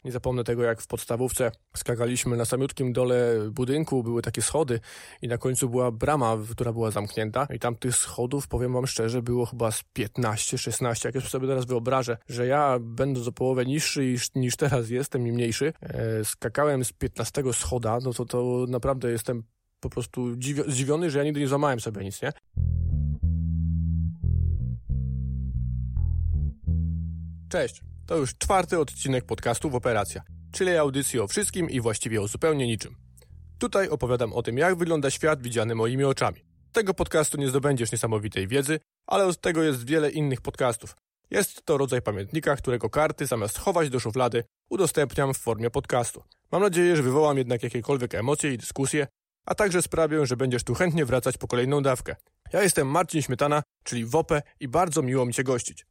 Nie zapomnę tego, jak w podstawówce skakaliśmy na samiutkim dole budynku, były takie schody i na końcu była brama, która była zamknięta i tam tych schodów, powiem wam szczerze, było chyba z 15-16. Jak sobie teraz wyobrażę, że ja, będąc o połowę niższy niż teraz jestem i mniejszy, skakałem z 15 schoda, no to naprawdę jestem po prostu zdziwiony, że ja nigdy nie złamałem sobie nic, nie? Cześć, to już 4. odcinek podcastu Operacja, czyli audycji o wszystkim i właściwie o zupełnie niczym. Tutaj opowiadam o tym, jak wygląda świat widziany moimi oczami. Z tego podcastu nie zdobędziesz niesamowitej wiedzy, ale od tego jest wiele innych podcastów. Jest to rodzaj pamiętnika, którego karty zamiast chować do szuflady, udostępniam w formie podcastu. Mam nadzieję, że wywołam jednak jakiekolwiek emocje i dyskusje, a także sprawię, że będziesz tu chętnie wracać po kolejną dawkę. Ja jestem Marcin Śmietana, czyli Wope i bardzo miło mi Cię gościć.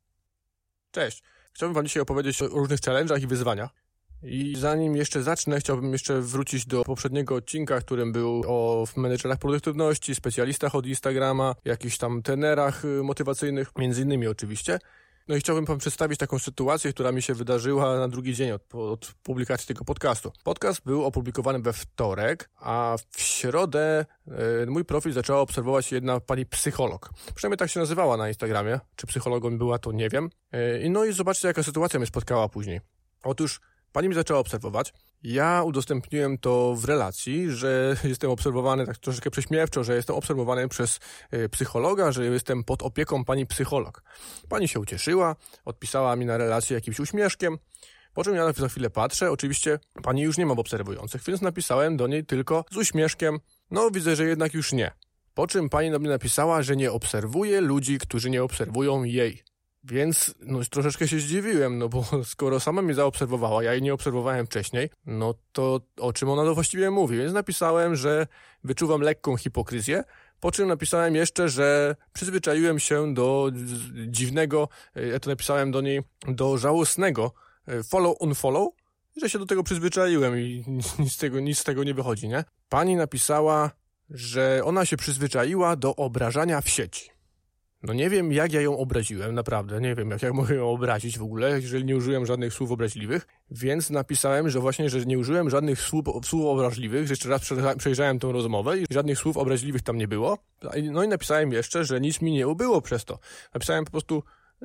Cześć, chciałbym Wam dzisiaj opowiedzieć o różnych challenge'ach i wyzwaniach. I zanim jeszcze zacznę, chciałbym jeszcze wrócić do poprzedniego odcinka, którym był o menedżerach produktywności, specjalistach od Instagrama, jakichś tam trenerach motywacyjnych, między innymi oczywiście. No i chciałbym Wam przedstawić taką sytuację, która mi się wydarzyła na drugi dzień od publikacji tego podcastu. Podcast był opublikowany we wtorek, a w środę mój profil zaczęła obserwować jedna pani psycholog. Przynajmniej tak się nazywała na Instagramie. Czy psychologą była, to nie wiem. No i zobaczcie, jaka sytuacja mnie spotkała później. Otóż pani mi zaczęła obserwować. Ja udostępniłem to w relacji, że jestem obserwowany tak troszeczkę prześmiewczo, że jestem obserwowany przez psychologa, że jestem pod opieką pani psycholog. Pani się ucieszyła, odpisała mi na relację jakimś uśmieszkiem, po czym ja za chwilę patrzę, oczywiście pani już nie ma obserwujących, więc napisałem do niej tylko z uśmieszkiem, no widzę, że jednak już nie. Po czym pani do mnie napisała, że nie obserwuje ludzi, którzy nie obserwują jej. Więc troszeczkę się zdziwiłem, no bo skoro sama mnie zaobserwowała, ja jej nie obserwowałem wcześniej, no to o czym ona to właściwie mówi? Więc napisałem, że wyczuwam lekką hipokryzję, po czym napisałem jeszcze, że przyzwyczaiłem się do dziwnego, ja to napisałem do niej, do żałosnego follow-unfollow, że się do tego przyzwyczaiłem i nic z tego nie wychodzi, nie? Pani napisała, że ona się przyzwyczaiła do obrażania w sieci. No nie wiem, jak ja ją obraziłem, naprawdę, nie wiem, jak mogę ją obrazić w ogóle, jeżeli nie użyłem żadnych słów obraźliwych, więc napisałem, że właśnie, że nie użyłem żadnych słów obraźliwych, że jeszcze raz przejrzałem tą rozmowę i żadnych słów obraźliwych tam nie było. No i napisałem jeszcze, że nic mi nie ubyło przez to. Napisałem po prostu,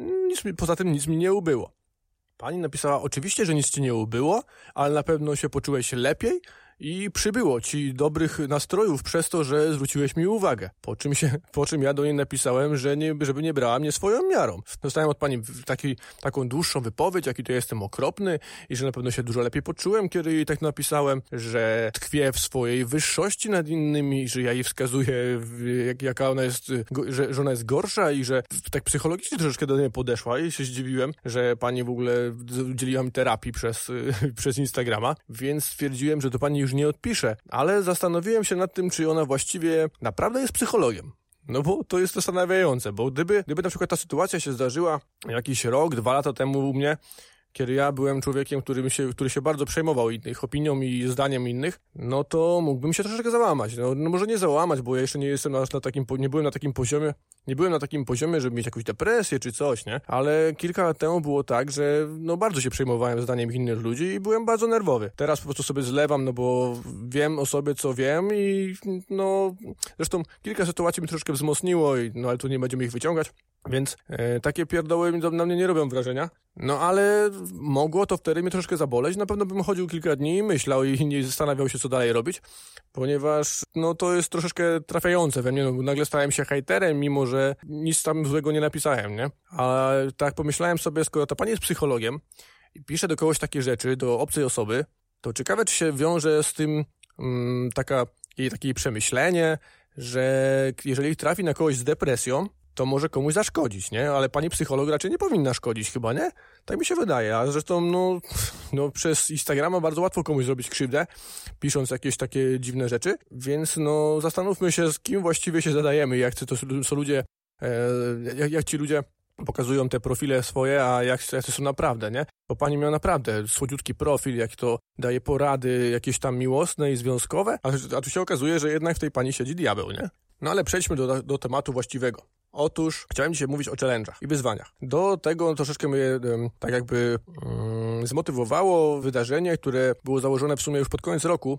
poza tym nic mi nie ubyło. Pani napisała, oczywiście, że nic ci nie ubyło, ale na pewno się poczułeś lepiej i przybyło ci dobrych nastrojów przez to, że zwróciłeś mi uwagę. Po czym ja do niej napisałem, żeby nie brała mnie swoją miarą. Dostałem od pani taką dłuższą wypowiedź, jaki to jestem okropny i że na pewno się dużo lepiej poczułem, kiedy jej tak napisałem, że tkwię w swojej wyższości nad innymi, że ja jej wskazuję, jaka ona jest, że ona jest gorsza i że tak psychologicznie troszeczkę do niej podeszła i się zdziwiłem, że pani w ogóle udzieliła mi terapii przez Instagrama, więc stwierdziłem, że to pani już nie odpiszę, ale zastanowiłem się nad tym, czy ona właściwie naprawdę jest psychologiem. No bo to jest zastanawiające, bo gdyby na przykład ta sytuacja się zdarzyła jakiś rok, 2 lata temu u mnie, kiedy ja byłem człowiekiem, który się bardzo przejmował ich opinią i zdaniem innych, no to mógłbym się troszeczkę załamać. No może nie załamać, bo ja jeszcze nie jestem nie byłem na takim poziomie, żeby mieć jakąś depresję czy coś, nie? Ale kilka lat temu było tak, że bardzo się przejmowałem zdaniem innych ludzi i byłem bardzo nerwowy. Teraz po prostu sobie zlewam, bo wiem o sobie, co wiem i zresztą kilka sytuacji mi troszkę wzmocniło, ale tu nie będziemy ich wyciągać. Więc takie pierdoły na mnie nie robią wrażenia. No ale mogło to wtedy mnie troszkę zaboleć. Na pewno bym chodził kilka dni i myślał i nie zastanawiał się, co dalej robić. Ponieważ to jest troszeczkę trafiające we mnie. Nagle stałem się hejterem, mimo że nic tam złego nie napisałem, nie? Ale tak pomyślałem sobie, skoro ta pani jest psychologiem i pisze do kogoś takie rzeczy, do obcej osoby, to ciekawe, czy się wiąże z tym takie przemyślenie, że jeżeli trafi na kogoś z depresją, to może komuś zaszkodzić, nie? Ale pani psycholog raczej nie powinna szkodzić chyba, nie? Tak mi się wydaje, a zresztą przez Instagrama bardzo łatwo komuś zrobić krzywdę, pisząc jakieś takie dziwne rzeczy, więc zastanówmy się, z kim właściwie się zadajemy, jak ci ludzie pokazują te profile swoje, a jacy są naprawdę, nie? Bo pani miała naprawdę słodziutki profil, jak to daje porady jakieś tam miłosne i związkowe, a tu się okazuje, że jednak w tej pani siedzi diabeł, nie? No ale przejdźmy do tematu właściwego. Otóż chciałem dzisiaj mówić o challenge'ach i wyzwaniach. Do tego troszeczkę mnie tak jakby zmotywowało wydarzenie, które było założone w sumie już pod koniec roku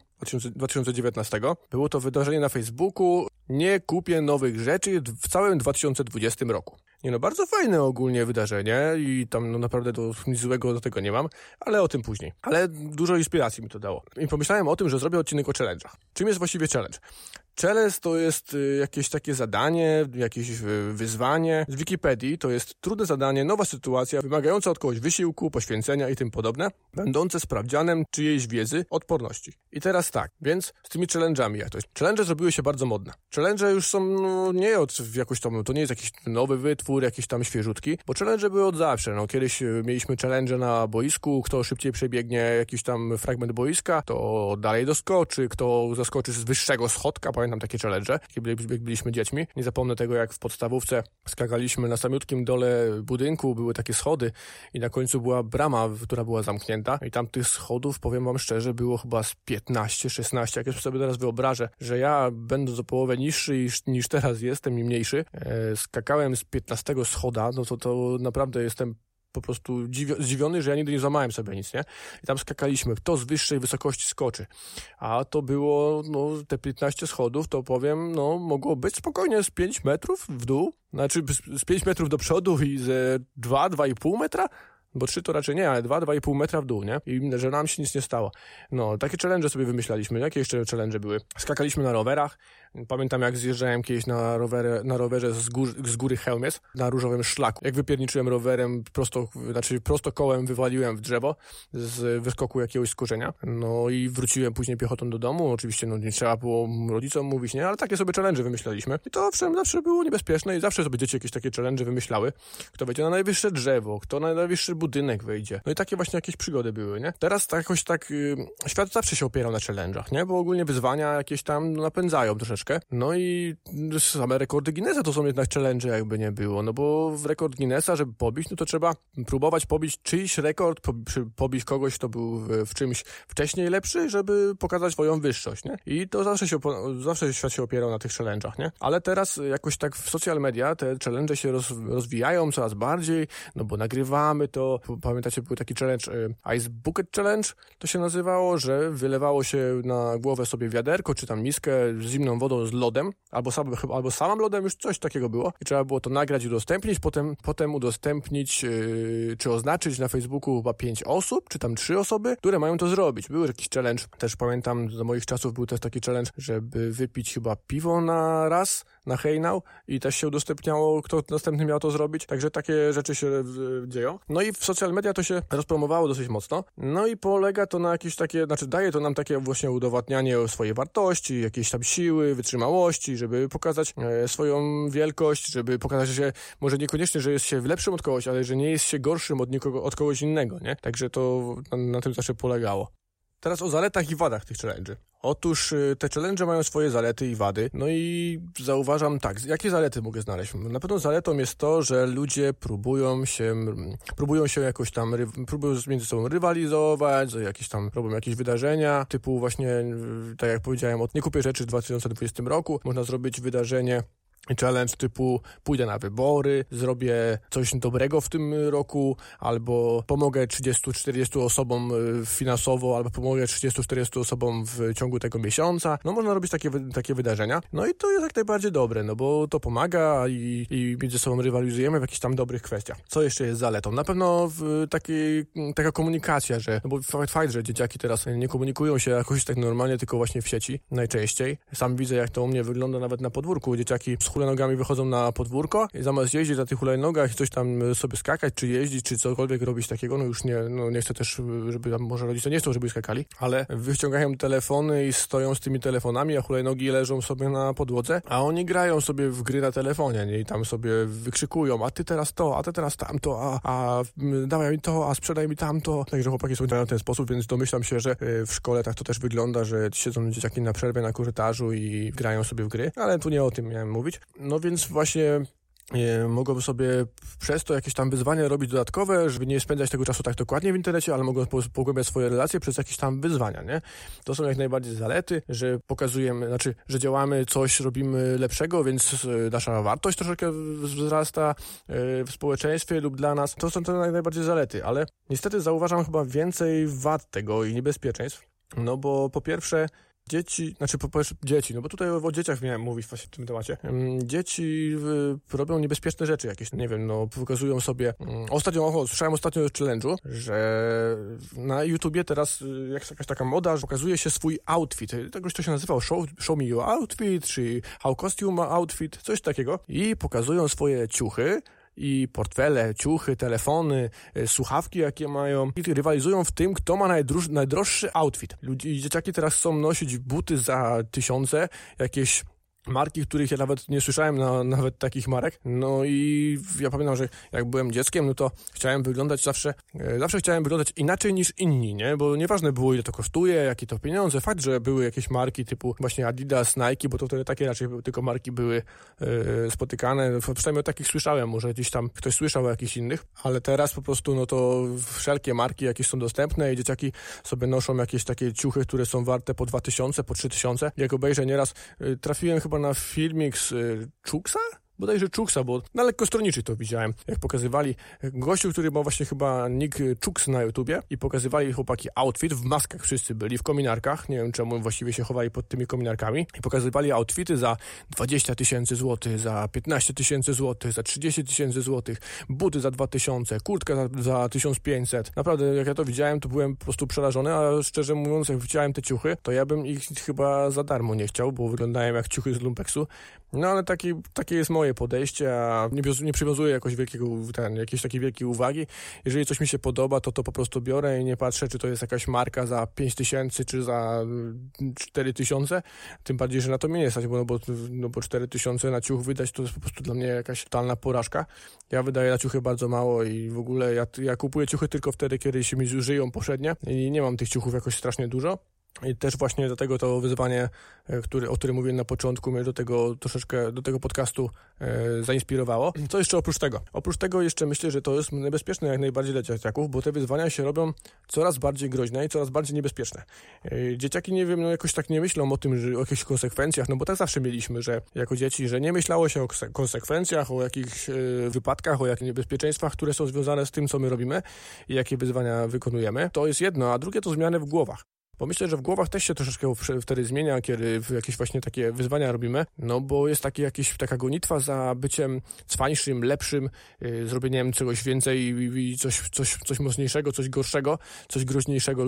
2019. Było to wydarzenie na Facebooku Nie kupię nowych rzeczy w całym 2020 roku. Bardzo fajne ogólnie wydarzenie i tam naprawdę nic złego do tego nie mam, ale o tym później. Ale dużo inspiracji mi to dało. I pomyślałem o tym, że zrobię odcinek o challenge'ach. Czym jest właściwie challenge? Challenge to jest jakieś takie zadanie, jakieś wyzwanie. Z Wikipedii to jest trudne zadanie, nowa sytuacja, wymagająca od kogoś wysiłku, poświęcenia i tym podobne, będące sprawdzianem czyjejś wiedzy, odporności. I teraz tak, więc z tymi challenge'ami jak to jest? Challenge zrobiły się bardzo modne. Challenge już są nie od jakoś tam, to nie jest jakiś nowy wytwór, jakiś tam świeżutki, bo challenge były od zawsze. Kiedyś mieliśmy challenge na boisku, kto szybciej przebiegnie jakiś tam fragment boiska, to dalej doskoczy, kto zaskoczy z wyższego schodka, pamiętam takie challenge, kiedy byliśmy dziećmi. Nie zapomnę tego, jak w podstawówce skakaliśmy na samiutkim dole budynku, były takie schody i na końcu była brama, która była zamknięta i tam tych schodów, powiem wam szczerze, było chyba z 15-16. Jak ja sobie teraz wyobrażę, że ja będąc o połowę niższy niż teraz jestem i mniejszy, skakałem z 15 schoda, to naprawdę jestem po prostu zdziwiony, że ja nigdy nie złamałem sobie nic, nie? I tam skakaliśmy, kto z wyższej wysokości skoczy. A to było, te 15 schodów, to powiem, mogło być spokojnie z 5 metrów w dół, znaczy z 5 metrów do przodu i ze 2,5 metra, bo 3 to raczej nie, ale 2,5 metra w dół, nie? I że nam się nic nie stało. Takie challenge sobie wymyślaliśmy. Jakie jeszcze challenge były? Skakaliśmy na rowerach. Pamiętam, jak zjeżdżałem kiedyś na rowerze z góry Chełmiec, na różowym szlaku. Jak wypierniczyłem rowerem, prosto kołem wywaliłem w drzewo z wyskoku jakiegoś skorzenia. I wróciłem później piechotą do domu. Oczywiście, nie trzeba było rodzicom mówić, nie? Ale takie sobie challenge wymyślaliśmy. I to owszem, zawsze było niebezpieczne i zawsze sobie dzieci jakieś takie challenge wymyślały. Kto wejdzie na najwyższe drzewo, kto na najwyższy budynek wejdzie. I takie właśnie jakieś przygody były, nie? Teraz jakoś tak świat zawsze się opierał na challenge'ach, nie? Bo ogólnie wyzwania jakieś tam napędzają troszeczkę. I same rekordy Guinnessa to są jednak challenge, jakby nie było. Bo w rekord Guinnessa, żeby pobić, to trzeba próbować pobić czyjś rekord, pobić kogoś, kto był w czymś wcześniej lepszy, żeby pokazać swoją wyższość, nie? I to zawsze świat się opierał na tych challenge'ach, nie? Ale teraz jakoś tak w social media te challenge się rozwijają coraz bardziej, bo nagrywamy to. Pamiętacie, był taki challenge Ice Bucket Challenge, to się nazywało, że wylewało się na głowę sobie wiaderko, czy tam miskę z zimną wodą z lodem, albo samym lodem, już coś takiego było. I trzeba było to nagrać i udostępnić, potem udostępnić, czy oznaczyć na Facebooku chyba 5 osób, czy tam 3 osoby, które mają to zrobić. Był jakiś challenge, też pamiętam, za moich czasów był też taki challenge, żeby wypić chyba piwo na raz, na hejnał i też się udostępniało, kto następny miał to zrobić. Także takie rzeczy się dzieją. I w social media to się rozpromowało dosyć mocno. I polega to na jakieś takie, daje to nam takie właśnie udowadnianie swojej wartości, jakiejś tam siły, wytrzymałości, żeby pokazać swoją wielkość, żeby pokazać, że może niekoniecznie, że jest się lepszym od kogoś, ale że nie jest się gorszym od kogoś innego, nie? Także to na tym zawsze polegało. Teraz o zaletach i wadach tych challenge'y. Otóż te challenge mają swoje zalety i wady. I zauważam tak, jakie zalety mogę znaleźć? Na pewno zaletą jest to, że ludzie próbują się jakoś tam, próbują między sobą rywalizować, robią jakieś wydarzenia, typu właśnie, tak jak powiedziałem, nie kupię rzeczy w 2020 roku. Można zrobić wydarzenie, challenge typu pójdę na wybory, zrobię coś dobrego w tym roku, albo pomogę 30-40 osobom finansowo, albo pomogę 30-40 osobom w ciągu tego miesiąca. Można robić takie wydarzenia. I to jest jak najbardziej dobre, bo to pomaga i między sobą rywalizujemy w jakichś tam dobrych kwestiach. Co jeszcze jest zaletą? Na pewno taka komunikacja, bo fakt, że dzieciaki teraz nie komunikują się jakoś tak normalnie, tylko właśnie w sieci najczęściej. Sam widzę, jak to u mnie wygląda nawet na podwórku. Dzieciaki z hulajnogami wychodzą na podwórko i zamiast jeździć na tych hulajnogach i coś tam sobie skakać, czy jeździć, czy cokolwiek robić takiego, już nie chcę też, żeby tam może rodzice nie chcą, żeby skakali, ale wyciągają telefony i stoją z tymi telefonami, a hulajnogi leżą sobie na podłodze, a oni grają sobie w gry na telefonie, nie? I tam sobie wykrzykują, a ty teraz to, a ty teraz tamto, a dawaj mi to, a sprzedaj mi tamto. Także chłopaki są w ten sposób, więc domyślam się, że w szkole tak to też wygląda, że siedzą dzieciaki na przerwie na korytarzu i grają sobie w gry, ale tu nie o tym miałem mówić. Więc właśnie Mogą sobie przez to jakieś tam wyzwania robić dodatkowe, żeby nie spędzać tego czasu tak dokładnie w internecie, ale mogą pogłębiać swoje relacje przez jakieś tam wyzwania, nie? To są jak najbardziej zalety, że pokazujemy, że działamy coś, robimy lepszego, więc nasza wartość troszeczkę wzrasta w społeczeństwie lub dla nas. To są te jak najbardziej zalety, ale niestety zauważam chyba więcej wad tego i niebezpieczeństw, no bo po pierwsze dzieci, no bo tutaj o dzieciach miałem mówić właśnie w tym temacie. Dzieci robią niebezpieczne rzeczy jakieś, nie wiem, no pokazują sobie. Słyszałem ostatnio o challenge'u, że na YouTubie teraz jakaś taka moda, że pokazuje się swój outfit. Tegoś to się nazywało show me your outfit, czy how costume outfit, coś takiego. I pokazują swoje ciuchy, i portfele, ciuchy, telefony, słuchawki jakie mają i rywalizują w tym, kto ma najdroższy outfit. Dzieciaki teraz chcą nosić buty za 1000, jakieś marki, których ja nawet nie słyszałem, nawet takich marek. No i ja pamiętam, że jak byłem dzieckiem, no to chciałem wyglądać zawsze chciałem wyglądać inaczej niż inni, nie? Bo nieważne było, ile to kosztuje, jakie to pieniądze. Fakt, że były jakieś marki typu właśnie Adidas, Nike, bo to wtedy takie raczej tylko marki były spotykane. Przynajmniej o takich słyszałem, może gdzieś tam ktoś słyszał o jakichś innych, ale teraz po prostu, no to wszelkie marki jakieś są dostępne i dzieciaki sobie noszą jakieś takie ciuchy, które są warte po 2000, po 3000. Jak obejrzę nieraz, trafiłem chyba na filmik z Czuksa? Bodajże Czuksa, bo na lekkostroniczy to widziałem, jak pokazywali gościu, który ma właśnie chyba nick Czuks na YouTubie i pokazywali chłopaki outfit, w maskach wszyscy byli, w kominarkach, nie wiem czemu właściwie się chowali pod tymi kominarkami i pokazywali outfity za 20 000 złotych, za 15 000 złotych, za 30 000 złotych, buty za 2000, kurtka za 1500. Naprawdę, jak ja to widziałem, to byłem po prostu przerażony, a szczerze mówiąc, jak widziałem te ciuchy, to ja bym ich chyba za darmo nie chciał, bo wyglądają jak ciuchy z lumpeksu. No ale takie jest moje podejście, a nie przywiązuję jakiejś takiej wielkiej uwagi. Jeżeli coś mi się podoba, to po prostu biorę i nie patrzę, czy to jest jakaś marka za 5000 czy za 4000. Tym bardziej, że na to mnie nie stać, bo 4000 na ciuch wydać to jest po prostu dla mnie jakaś totalna porażka. Ja wydaję na ciuchy bardzo mało i w ogóle ja kupuję ciuchy tylko wtedy, kiedy się mi zużyją poprzednie i nie mam tych ciuchów jakoś strasznie dużo. I też właśnie do tego to wyzwanie, o którym mówiłem na początku, mnie do tego podcastu zainspirowało. Co jeszcze oprócz tego? Oprócz tego jeszcze myślę, że to jest niebezpieczne jak najbardziej dla dzieciaków, bo te wyzwania się robią coraz bardziej groźne i coraz bardziej niebezpieczne. Dzieciaki, nie wiem, jakoś tak nie myślą o tym, że o jakichś konsekwencjach, no bo tak zawsze mieliśmy, że jako dzieci, że nie myślało się o konsekwencjach, o jakichś wypadkach, o jakichś niebezpieczeństwach, które są związane z tym, co my robimy i jakie wyzwania wykonujemy. To jest jedno, a drugie to zmiany w głowach. Bo myślę, że w głowach też się troszeczkę wtedy zmienia, kiedy jakieś właśnie takie wyzwania robimy, no bo jest taka gonitwa za byciem cwańszym, lepszym, zrobieniem czegoś więcej i coś mocniejszego, coś gorszego, coś groźniejszego.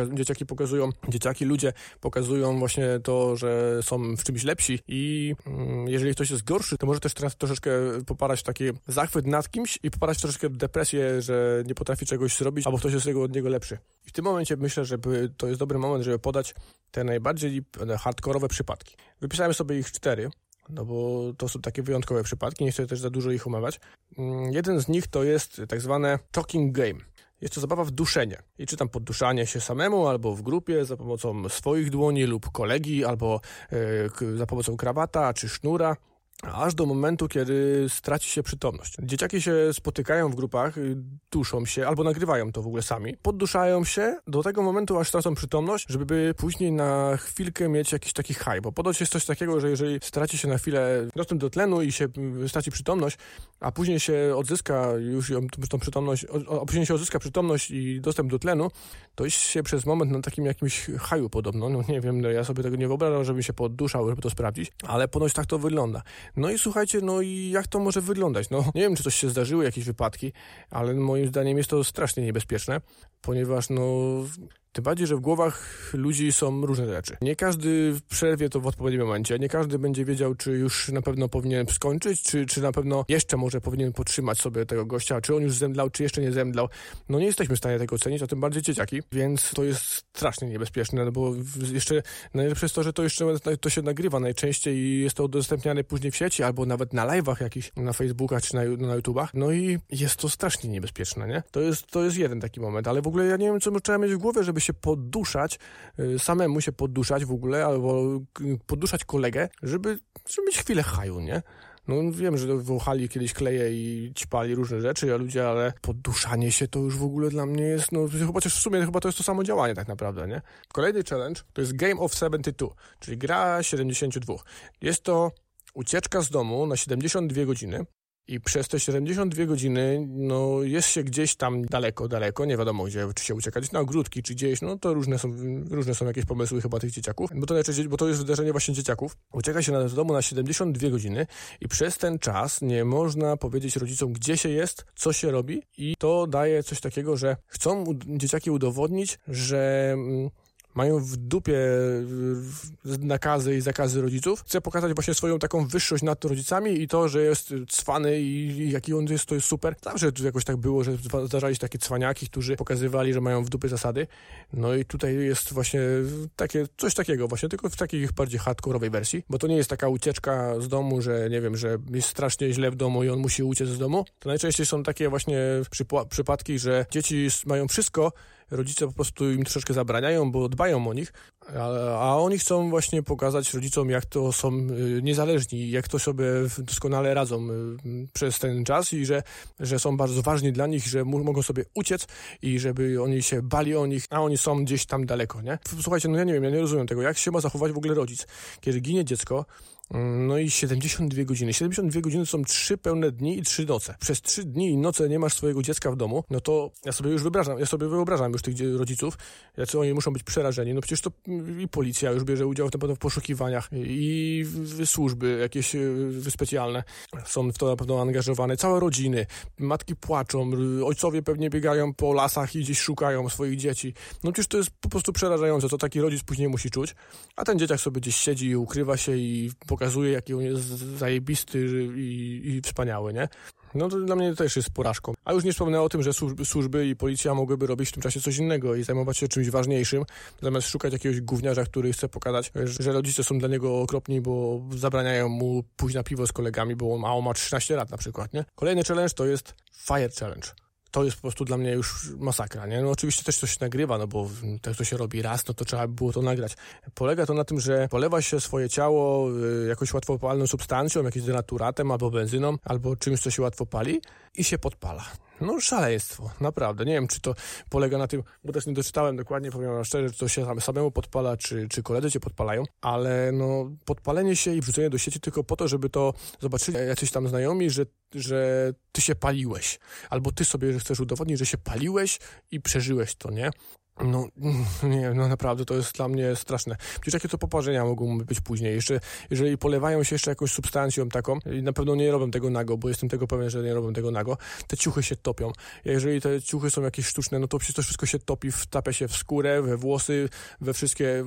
Ludzie pokazują właśnie to, że są w czymś lepsi i jeżeli ktoś jest gorszy, to może też teraz troszeczkę popadać w taki zachwyt nad kimś i popadać troszeczkę w depresję, że nie potrafi czegoś zrobić, albo ktoś jest od niego lepszy. I w tym momencie myślę, że to jest dobry moment, żeby podać te najbardziej hardkorowe przypadki. Wypisałem sobie ich 4, no bo to są takie wyjątkowe przypadki, nie chcę też za dużo ich omawiać. Jeden z nich to jest tak zwane talking game. Jest to zabawa w duszenie. I czy tam podduszanie się samemu, albo w grupie za pomocą swoich dłoni lub kolegi, albo za pomocą krawata czy sznura. Aż do momentu, kiedy straci się przytomność. Dzieciaki się spotykają w grupach, duszą się, albo nagrywają to w ogóle sami. Podduszają się do tego momentu, aż stracą przytomność, żeby później na chwilkę mieć jakiś taki high. Bo ponoć jest coś takiego, że jeżeli straci się na chwilę dostęp do tlenu i się straci przytomność, a później się odzyska już tą przytomność, a później się odzyska przytomność i dostęp do tlenu, to jest się przez moment na takim jakimś high'u podobno. No nie wiem, ja sobie tego nie wyobrażam, żebym się podduszał, żeby to sprawdzić, ale ponoć tak to wygląda. No i słuchajcie, no i jak to może wyglądać? No nie wiem, czy coś się zdarzyły, jakieś wypadki, ale moim zdaniem jest to strasznie niebezpieczne, ponieważ tym bardziej, że w głowach ludzi są różne rzeczy. Nie każdy przerwie to w odpowiednim momencie, nie każdy będzie wiedział, czy już na pewno powinien skończyć, czy na pewno jeszcze może powinien podtrzymać sobie tego gościa, czy on już zemdlał, czy jeszcze nie zemdlał. No nie jesteśmy w stanie tego ocenić, a tym bardziej dzieciaki, więc to jest strasznie niebezpieczne, no bo jeszcze najlepsze jest to, że to się nagrywa najczęściej i jest to udostępniane później w sieci, albo nawet na live'ach jakichś, na Facebookach, czy na YouTubach. No i jest to strasznie niebezpieczne, nie? To jest jeden taki moment, ale w ogóle ja nie wiem, co trzeba mieć w głowie, żeby się podduszać, samemu się podduszać w ogóle, albo podduszać kolegę, żeby mieć chwilę haju, nie? No wiem, że wąchali kiedyś kleje i ćpali różne rzeczy, ale podduszanie się to już w ogóle dla mnie jest, chociaż w sumie chyba to jest to samo działanie tak naprawdę, nie? Kolejny challenge to jest Game of 72, czyli gra 72. Jest to ucieczka z domu na 72 godziny. I przez te 72 godziny, jest się gdzieś tam daleko, nie wiadomo gdzie, czy się uciekać na ogródki, czy gdzieś, to różne są jakieś pomysły chyba tych dzieciaków, bo to jest wydarzenie właśnie dzieciaków. Ucieka się z domu na 72 godziny i przez ten czas nie można powiedzieć rodzicom, gdzie się jest, co się robi i to daje coś takiego, że chcą dzieciaki udowodnić, że mają w dupie nakazy i zakazy rodziców. Chce pokazać właśnie swoją taką wyższość nad rodzicami i to, że jest cwany i jaki on jest, to jest super. Zawsze jakoś tak było, że zdarzali się takie cwaniaki, którzy pokazywali, że mają w dupie zasady. No i tutaj jest właśnie coś takiego właśnie, tylko w takiej bardziej hardkorowej wersji, bo to nie jest taka ucieczka z domu, że nie wiem, że jest strasznie źle w domu i on musi uciec z domu. To najczęściej są takie właśnie przypadki, że mają wszystko, rodzice po prostu im troszeczkę zabraniają, bo dbają o nich, a oni chcą właśnie pokazać rodzicom, jak to są niezależni, jak to sobie doskonale radzą przez ten czas i że są bardzo ważni dla nich, że mogą sobie uciec i żeby oni się bali o nich, a oni są gdzieś tam daleko, nie? Słuchajcie, ja nie wiem, ja nie rozumiem tego, jak się ma zachować w ogóle rodzic, kiedy ginie dziecko. No i 72 godziny. 72 godziny to są 3 pełne dni i 3 noce. Przez 3 dni i noce nie masz swojego dziecka w domu, no to ja sobie wyobrażam już tych rodziców, jacy oni muszą być przerażeni. No przecież to i policja już bierze udział w poszukiwaniach i służby jakieś specjalne są w to na pewno angażowane. Całe rodziny, matki płaczą, ojcowie pewnie biegają po lasach i gdzieś szukają swoich dzieci. No przecież to jest po prostu przerażające, co taki rodzic później musi czuć. A ten dzieciak sobie gdzieś siedzi i ukrywa się i pokazuje, jaki on jest zajebisty i wspaniały, nie? No to dla mnie też jest porażką. A już nie wspomnę o tym, że służby i policja mogłyby robić w tym czasie coś innego i zajmować się czymś ważniejszym, zamiast szukać jakiegoś gówniarza, który chce pokazać, że rodzice są dla niego okropni, bo zabraniają mu pójść na piwo z kolegami, bo on ma 13 lat na przykład, nie? Kolejny challenge to jest Fire Challenge. To jest po prostu dla mnie już masakra, nie? No oczywiście też to się nagrywa, no bo to się robi raz, no to trzeba by było to nagrać. Polega to na tym, że polewa się swoje ciało jakąś łatwopalną substancją, jakimś denaturatem, albo benzyną, albo czymś, co się łatwo pali i się podpala. No szaleństwo, naprawdę. Nie wiem, czy to polega na tym, bo też nie doczytałem dokładnie, powiem wam szczerze, czy to się samemu podpala, czy koledzy cię podpalają, ale no podpalenie się i wrzucenie do sieci tylko po to, żeby to zobaczyli jacyś tam znajomi, że ty się paliłeś. Albo ty sobie chcesz udowodnić, że się paliłeś i przeżyłeś to, nie? No, nie, no naprawdę to jest dla mnie straszne. Przecież jakie to poparzenia mogą być później. Jeszcze, jeżeli polewają się jeszcze jakąś substancją taką, i na pewno nie robią tego nago, bo jestem tego pewien, że nie robią tego nago, te ciuchy się topią. Jeżeli te ciuchy są jakieś sztuczne, no to przecież to wszystko się topi, wtapia się w skórę, we włosy, we wszystkie...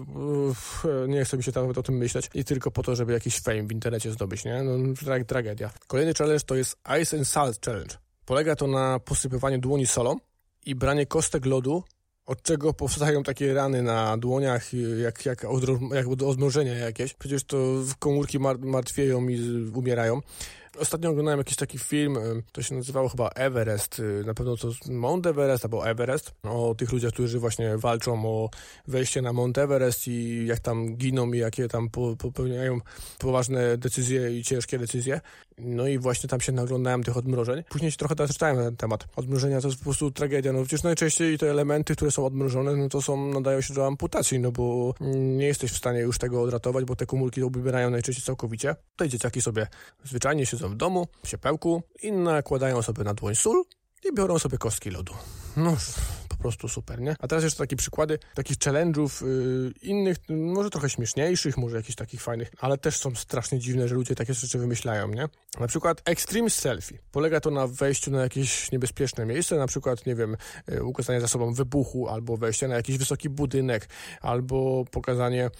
nie chcę mi się nawet o tym myśleć. I tylko po to, żeby jakiś fame w internecie zdobyć, nie? No, tragedia. Kolejny challenge to jest Ice and Salt Challenge. Polega to na posypywaniu dłoni solą i branie kostek lodu, od czego powstają takie rany na dłoniach, jak odmrożenie jakieś. Przecież to komórki martwieją i umierają. Ostatnio oglądałem jakiś taki film, to się nazywało chyba Everest, na pewno to Mount Everest albo Everest, o tych ludziach, którzy właśnie walczą o wejście na Mount Everest i jak tam giną i jakie tam popełniają poważne decyzje i ciężkie decyzje. No i właśnie tam się naglądałem tych odmrożeń. Później się trochę czytałem na ten temat. Odmrożenia to jest po prostu tragedia, no przecież najczęściej te elementy, które są odmrożone, no to nadają się do amputacji, no bo nie jesteś w stanie już tego odratować, bo te komórki ubierają najczęściej całkowicie. Tutaj dzieciaki sobie zwyczajnie siedzą w domu, w ciepełku i nakładają sobie na dłoń sól i biorą sobie kostki lodu. No, po prostu super, nie? A teraz jeszcze takie przykłady takich challenge'ów innych, może trochę śmieszniejszych, może jakichś takich fajnych, ale też są strasznie dziwne, że ludzie takie rzeczy wymyślają, nie? Na przykład Extreme Selfie. Polega to na wejściu na jakieś niebezpieczne miejsce, na przykład, nie wiem, ukazanie za sobą wybuchu, albo wejście na jakiś wysoki budynek, albo pokazanie,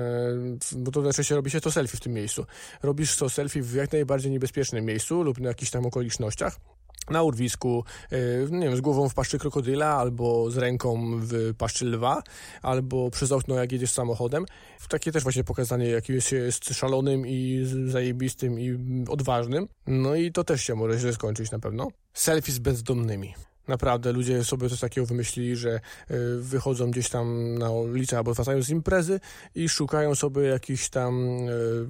bo to najczęściej robi się to selfie w tym miejscu. Robisz to selfie w jak najbardziej niebezpiecznym miejscu lub na jakichś tam okolicznościach, na urwisku, nie wiem, z głową w paszczy krokodyla, albo z ręką w paszczy lwa, albo przez okno, jak jedziesz samochodem. Takie też właśnie pokazanie, jaki jest szalonym i zajebistym i odważnym. No i to też się może źle skończyć na pewno. Selfie z bezdomnymi. Naprawdę, ludzie sobie coś takiego wymyślili, że wychodzą gdzieś tam na ulicę albo wracają z imprezy i szukają sobie jakichś tam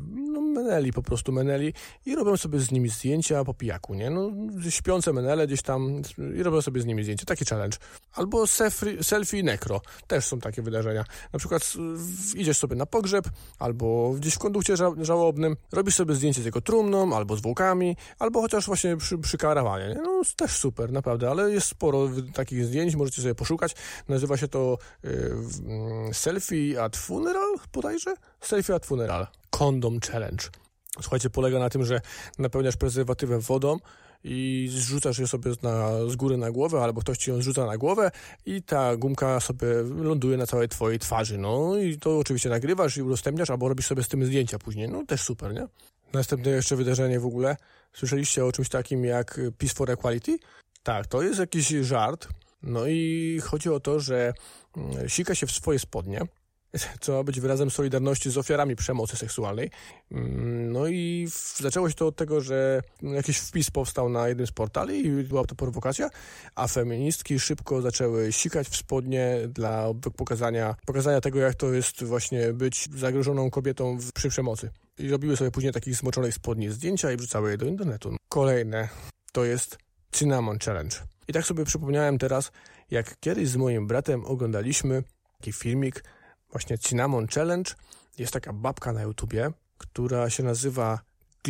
po prostu meneli i robią sobie z nimi zdjęcia po pijaku, nie? No, śpiące menele gdzieś tam i robią sobie z nimi zdjęcia. Taki challenge. Albo selfie necro. Też są takie wydarzenia. Na przykład idziesz sobie na pogrzeb, albo gdzieś w kondukcie żałobnym, robisz sobie zdjęcie z jego trumną, albo zwłokami, albo chociaż właśnie przy karawanie, nie? No, też super, naprawdę, ale jest sporo takich zdjęć, możecie sobie poszukać. Nazywa się to Selfie at Funeral, bodajże? Selfie at Funeral. Condom Challenge. Słuchajcie, polega na tym, że napełniasz prezerwatywę wodą i zrzucasz je sobie z góry na głowę, albo ktoś ci ją zrzuca na głowę i ta gumka sobie ląduje na całej twojej twarzy. No i to oczywiście nagrywasz i udostępniasz, albo robisz sobie z tym zdjęcia później. No też super, nie? Następne jeszcze wydarzenie w ogóle. Słyszeliście o czymś takim jak Peace for Equality? Tak, to jest jakiś żart. No i chodzi o to, że sika się w swoje spodnie, co ma być wyrazem solidarności z ofiarami przemocy seksualnej. No i zaczęło się to od tego, że jakiś wpis powstał na jednym z portali i była to prowokacja, a feministki szybko zaczęły sikać w spodnie dla pokazania tego, jak to jest właśnie być zagrożoną kobietą przy przemocy. I robiły sobie później takich zmoczonych spodni zdjęcia i wrzucały je do internetu. Kolejne to jest Cinnamon Challenge. I tak sobie przypomniałem teraz, jak kiedyś z moim bratem oglądaliśmy taki filmik, właśnie Cinnamon Challenge. Jest taka babka na YouTubie, która się nazywa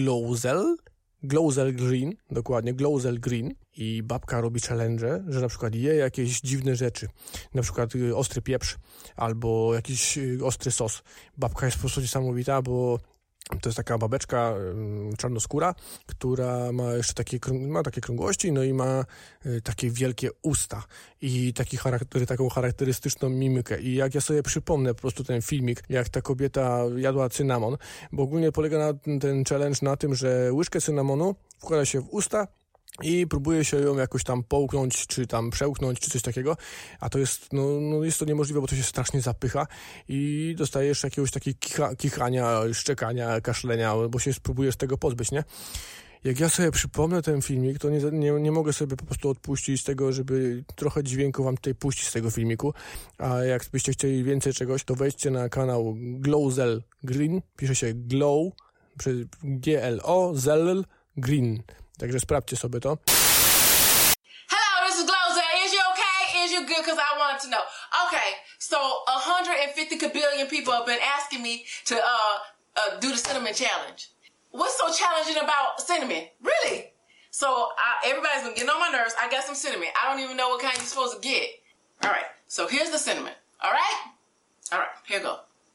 Glowzel Green, dokładnie, Glowzel Green. I babka robi challenge, że na przykład je jakieś dziwne rzeczy, na przykład ostry pieprz albo jakiś ostry sos. Babka jest po prostu niesamowita, bo to jest taka babeczka czarnoskóra, która ma jeszcze takie krągłości, no i ma takie wielkie usta i taką charakterystyczną mimykę. I jak ja sobie przypomnę po prostu ten filmik, jak ta kobieta jadła cynamon, bo ogólnie polega ten challenge na tym, że łyżkę cynamonu wkłada się w usta i próbuje się ją jakoś tam połknąć, czy tam przełknąć, czy coś takiego, a to jest, jest to niemożliwe, bo to się strasznie zapycha i dostajesz jakiegoś takiego kichania, szczekania, kaszlenia, bo się spróbujesz tego pozbyć, nie? Jak ja sobie przypomnę ten filmik, to nie mogę sobie po prostu odpuścić tego, żeby trochę dźwięku wam tutaj puścić z tego filmiku, a jak byście chcieli więcej czegoś, to wejdźcie na kanał Glowzel Green, pisze się Glow, G-L-O-Zel Green. Także sprawdźcie sobie to. Hello, this is Glowzel. Is you okay? Is you good? Because I wanted to know. Okay, so 150 billion people have been asking me to do the cinnamon challenge. What's so challenging about cinnamon? Really? So everybody's been getting on my nerves. I got some cinnamon. I don't even know what kind you're supposed to get. All right, so here's the cinnamon. All right? All right, here you go.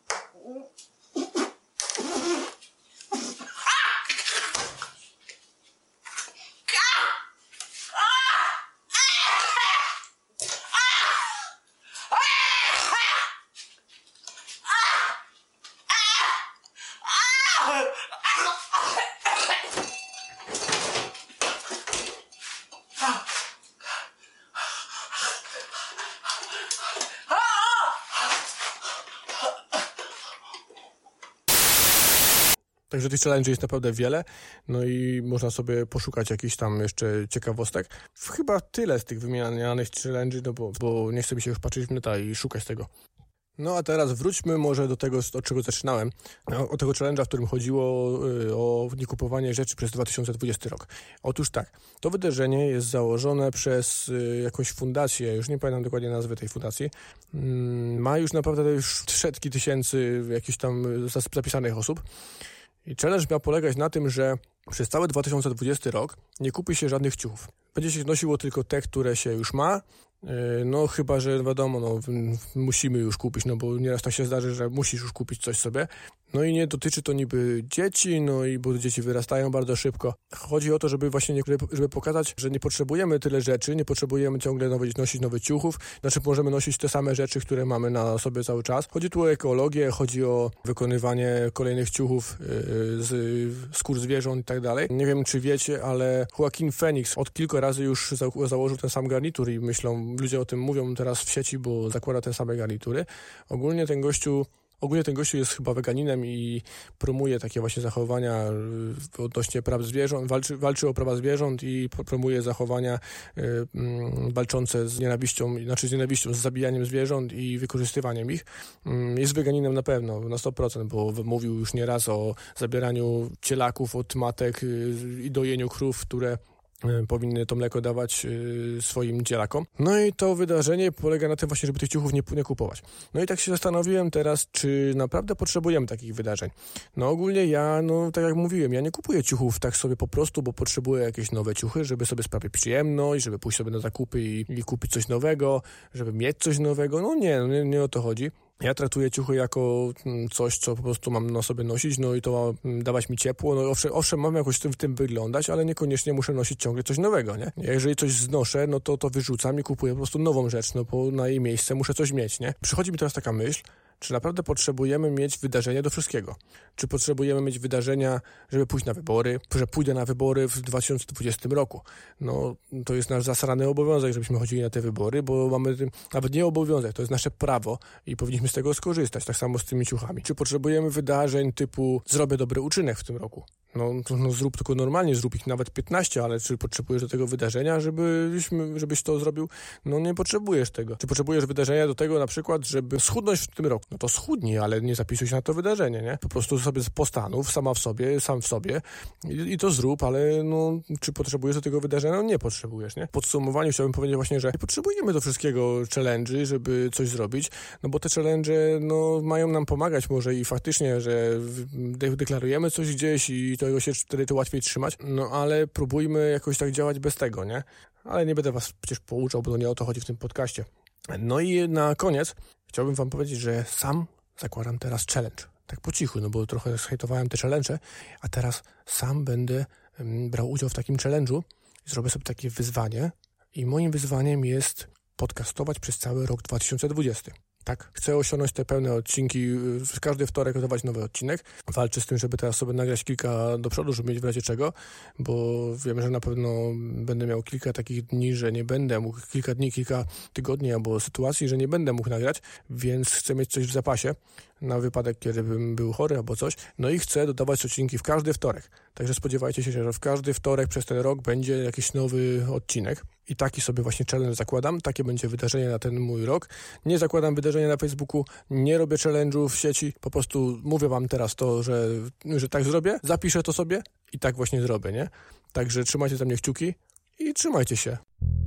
Także tych challenge jest naprawdę wiele, no i można sobie poszukać jakichś tam jeszcze ciekawostek. Chyba tyle z tych wymienianych challenge, no bo nie chce mi się już patrzeć w neta i szukać tego. No a teraz wróćmy może do tego, od czego zaczynałem. O tego challenge'a, w którym chodziło o niekupowanie rzeczy przez 2020 rok. Otóż tak, to wydarzenie jest założone przez jakąś fundację, już nie pamiętam dokładnie nazwy tej fundacji. Ma już naprawdę już setki tysięcy jakichś tam zapisanych osób. I challenge miał polegać na tym, że przez cały 2020 rok nie kupi się żadnych ciuchów. Będzie się nosiło tylko te, które się już ma, no chyba, że wiadomo, musimy już kupić, no bo nieraz tak się zdarzy, że musisz już kupić coś sobie. No i nie dotyczy to niby dzieci, no i bo dzieci wyrastają bardzo szybko. Chodzi o to, żeby właśnie żeby pokazać, że nie potrzebujemy tyle rzeczy, nie potrzebujemy ciągle nosić nowych ciuchów, znaczy możemy nosić te same rzeczy, które mamy na sobie cały czas. Chodzi tu o ekologię, chodzi o wykonywanie kolejnych ciuchów z skór zwierząt i tak dalej. Nie wiem, czy wiecie, ale Joaquin Phoenix od kilku razy już założył ten sam garnitur i ludzie o tym mówią teraz w sieci, bo zakłada te same garnitury. Ogólnie ten gościu Ogólnie ten gościu jest chyba weganinem i promuje takie właśnie zachowania odnośnie praw zwierząt, walczy o prawa zwierząt i promuje zachowania walczące z nienawiścią, z zabijaniem zwierząt i wykorzystywaniem ich. Jest weganinem na pewno, na 100%, bo mówił już nieraz o zabieraniu cielaków od matek i dojeniu krów, które powinny to mleko dawać swoim dzielakom. No i to wydarzenie polega na tym właśnie, żeby tych ciuchów nie kupować. No i tak się zastanowiłem teraz, czy naprawdę potrzebujemy takich wydarzeń. No ogólnie ja, tak jak mówiłem, ja nie kupuję ciuchów tak sobie po prostu, bo potrzebuję jakieś nowe ciuchy, żeby sobie sprawić przyjemność, żeby pójść sobie na zakupy i kupić coś nowego, żeby mieć coś nowego. No nie o to chodzi. Ja traktuję ciuchy jako coś, co po prostu mam na sobie nosić, no i to ma dawać mi ciepło. No owszem, mam jakoś w tym wyglądać, ale niekoniecznie muszę nosić ciągle coś nowego, nie? Jeżeli coś znoszę, no to wyrzucam i kupuję po prostu nową rzecz, no bo na jej miejsce muszę coś mieć, nie? Przychodzi mi teraz taka myśl, czy naprawdę potrzebujemy mieć wydarzenia do wszystkiego? Czy potrzebujemy mieć wydarzenia, żeby pójść na wybory, że pójdę na wybory w 2020 roku? No, to jest nasz zasrany obowiązek, żebyśmy chodzili na te wybory, bo mamy nawet nie obowiązek, to jest nasze prawo i powinniśmy z tego skorzystać, tak samo z tymi ciuchami. Czy potrzebujemy wydarzeń typu zrobię dobry uczynek w tym roku? No zrób tylko normalnie, zrób ich nawet 15, ale czy potrzebujesz do tego wydarzenia, żebyś to zrobił? No nie potrzebujesz tego. Czy potrzebujesz wydarzenia do tego na przykład, żeby schudnąć w tym roku? No to schudnij, ale nie zapisuj się na to wydarzenie, nie? Po prostu sobie postanów sam w sobie i to zrób, ale czy potrzebujesz do tego wydarzenia? No nie potrzebujesz, nie? W podsumowaniu chciałbym powiedzieć właśnie, że nie potrzebujemy do wszystkiego challenge'y, żeby coś zrobić, no bo te challenge'e, mają nam pomagać może i faktycznie, że deklarujemy coś gdzieś i tego się wtedy to łatwiej trzymać, ale próbujmy jakoś tak działać bez tego, nie? Ale nie będę was przecież pouczał, bo to nie o to chodzi w tym podcaście. No i na koniec chciałbym wam powiedzieć, że sam zakładam teraz challenge. Tak po cichu, bo trochę zhejtowałem te challenge, a teraz sam będę brał udział w takim challenge'u i zrobię sobie takie wyzwanie i moim wyzwaniem jest podcastować przez cały rok 2020. Tak, chcę osiągnąć te pełne odcinki, w każdy wtorek dawać nowy odcinek. Walczę z tym, żeby teraz sobie nagrać kilka do przodu, żeby mieć w razie czego, bo wiem, że na pewno będę miał kilka takich dni, że nie będę mógł, kilka dni, kilka tygodni albo sytuacji, że nie będę mógł nagrać, więc chcę mieć coś w zapasie na wypadek, kiedy bym był chory albo coś. No i chcę dodawać odcinki w każdy wtorek. Także spodziewajcie się, że w każdy wtorek przez ten rok będzie jakiś nowy odcinek. I taki sobie właśnie challenge zakładam. Takie będzie wydarzenie na ten mój rok. Nie zakładam wydarzenia na Facebooku, nie robię challenge'ów w sieci. Po prostu mówię wam teraz to, że tak zrobię, zapiszę to sobie i tak właśnie zrobię, nie? Także trzymajcie za mnie kciuki i trzymajcie się.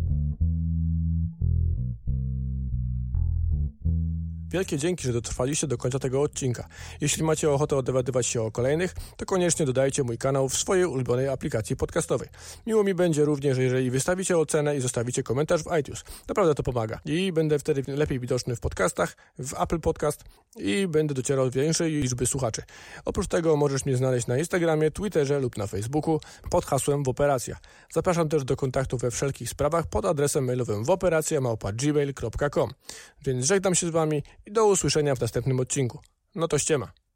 Wielkie dzięki, że dotrwaliście do końca tego odcinka. Jeśli macie ochotę dowiadywać się o kolejnych, to koniecznie dodajcie mój kanał w swojej ulubionej aplikacji podcastowej. Miło mi będzie również, jeżeli wystawicie ocenę i zostawicie komentarz w iTunes. Naprawdę to pomaga. I będę wtedy lepiej widoczny w podcastach, w Apple Podcast i będę docierał do większej liczby słuchaczy. Oprócz tego możesz mnie znaleźć na Instagramie, Twitterze lub na Facebooku pod hasłem Woperacja. Zapraszam też do kontaktu we wszelkich sprawach pod adresem mailowym woperacja@gmail.com. Więc żegnam się z wami i do usłyszenia w następnym odcinku. No to ściema.